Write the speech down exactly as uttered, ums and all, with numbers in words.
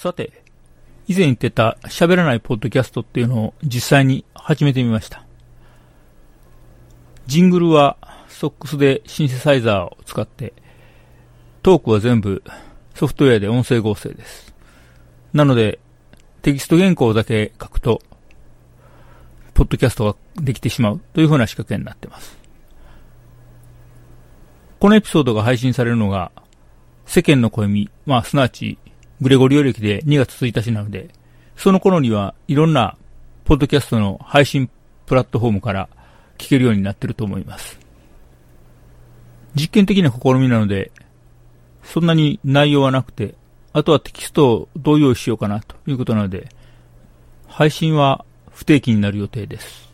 さて、以前言ってた喋らないポッドキャストっていうのを実際に始めてみました。ジングルはソックスでシンセサイザーを使って、トークは全部ソフトウェアで音声合成です。なので、テキスト原稿だけ書くと、ポッドキャストができてしまうというふうな仕掛けになっています。このエピソードが配信されるのが、世間の暦、まあすなわちグレゴリオ暦でにがつついたちなので、その頃にはいろんなポッドキャストの配信プラットフォームから聞けるようになっていると思います。実験的な試みなので、そんなに内容はなくて、あとはテキストをどう用意しようかなということなので、配信は不定期になる予定です。